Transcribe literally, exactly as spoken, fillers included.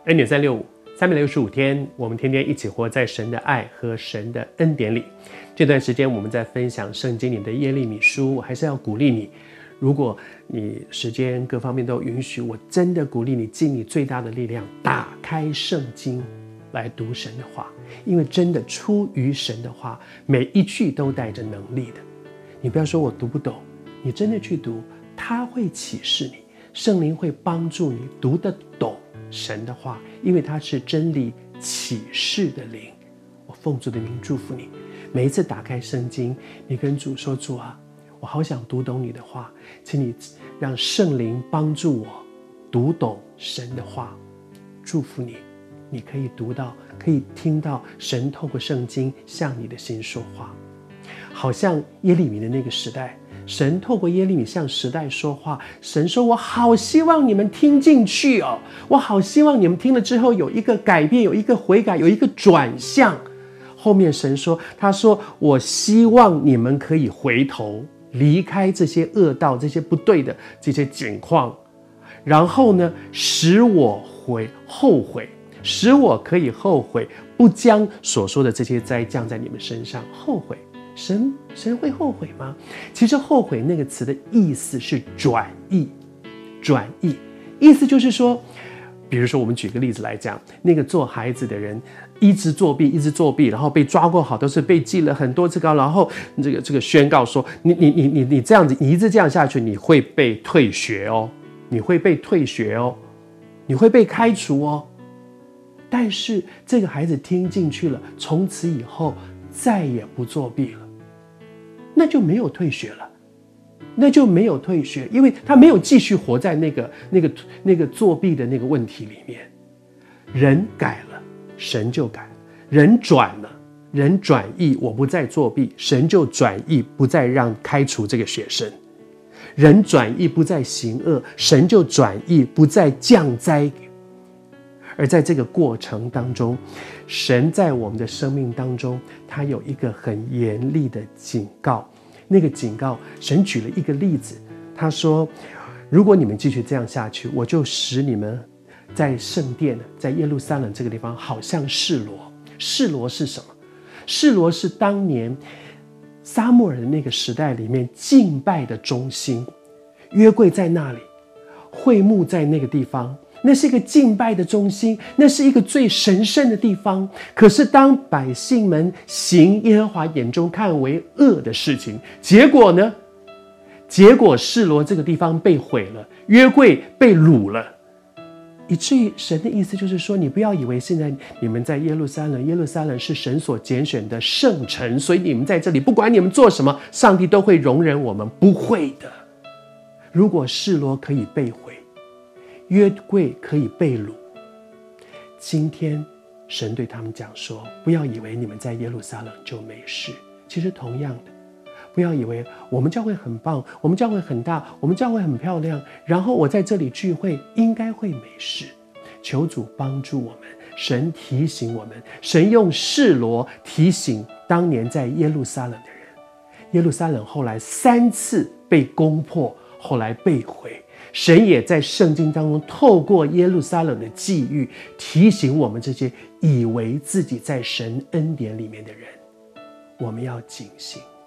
恩典三六五，三百六十五天，我们天天一起活在神的爱和神的恩典里。这段时间我们在分享圣经里的耶利米书，我还是要鼓励你，如果你时间各方面都允许，我真的鼓励你尽你最大的力量，打开圣经来读神的话，因为真的出于神的话，每一句都带着能力的。你不要说我读不懂，你真的去读，他会启示你，圣灵会帮助你读得懂神的话，因为它是真理启示的灵。我奉主的名祝福你，每一次打开圣经，你跟主说，主啊，我好想读懂你的话，请你让圣灵帮助我读懂神的话。祝福你，你可以读到，可以听到神透过圣经向你的心说话。好像耶利米的那个时代，神透过耶利米向时代说话，神说，我好希望你们听进去哦，我好希望你们听了之后有一个改变，有一个悔改，有一个转向。后面神说，他说，我希望你们可以回头离开这些恶道，这些不对的这些景况，然后呢，使我回后悔，使我可以后悔，不将所说的这些灾降在你们身上。后悔，神神会后悔吗？其实后悔那个词的意思是转意，转意，意思就是说，比如说我们举个例子来讲，那个做孩子的人一直作弊，一直作弊，然后被抓过好多次，被记了很多次高，然后这个这个宣告说，你你你你你这样子，你一直这样下去，你会被退学哦，你会被退学哦，你会被开除哦。但是这个孩子听进去了，从此以后再也不作弊了，那就没有退学了，那就没有退学，因为他没有继续活在那个那个那个作弊的那个问题里面。人改了，神就改；人转了，人转意，我不再作弊，神就转意，不再让开除这个学生；人转意不再行恶，神就转意，不再降灾。而在这个过程当中，神在我们的生命当中，他有一个很严厉的警告。那个警告，神举了一个例子，他说，如果你们继续这样下去，我就使你们在圣殿，在耶路撒冷这个地方好像示罗。示罗是什么？示罗是当年撒母耳的那个时代里面敬拜的中心，约柜在那里，会幕在那个地方，那是一个敬拜的中心，那是一个最神圣的地方。可是当百姓们行耶和华眼中看为恶的事情，结果呢？结果示罗这个地方被毁了，约柜被掳了，以至于神的意思就是说，你不要以为现在你们在耶路撒冷，耶路撒冷是神所拣选的圣城，所以你们在这里不管你们做什么，上帝都会容忍我们。不会的。如果示罗可以被毁，约柜可以被掳，今天神对他们讲说，不要以为你们在耶路撒冷就没事。其实同样的，不要以为我们教会很棒，我们教会很大，我们教会很漂亮，然后我在这里聚会应该会没事。求主帮助我们，神提醒我们，神用示罗提醒当年在耶路撒冷的人。耶路撒冷后来三次被攻破，后来被毁。神也在圣经当中透过耶路撒冷的际遇提醒我们这些以为自己在神恩典里面的人，我们要警醒。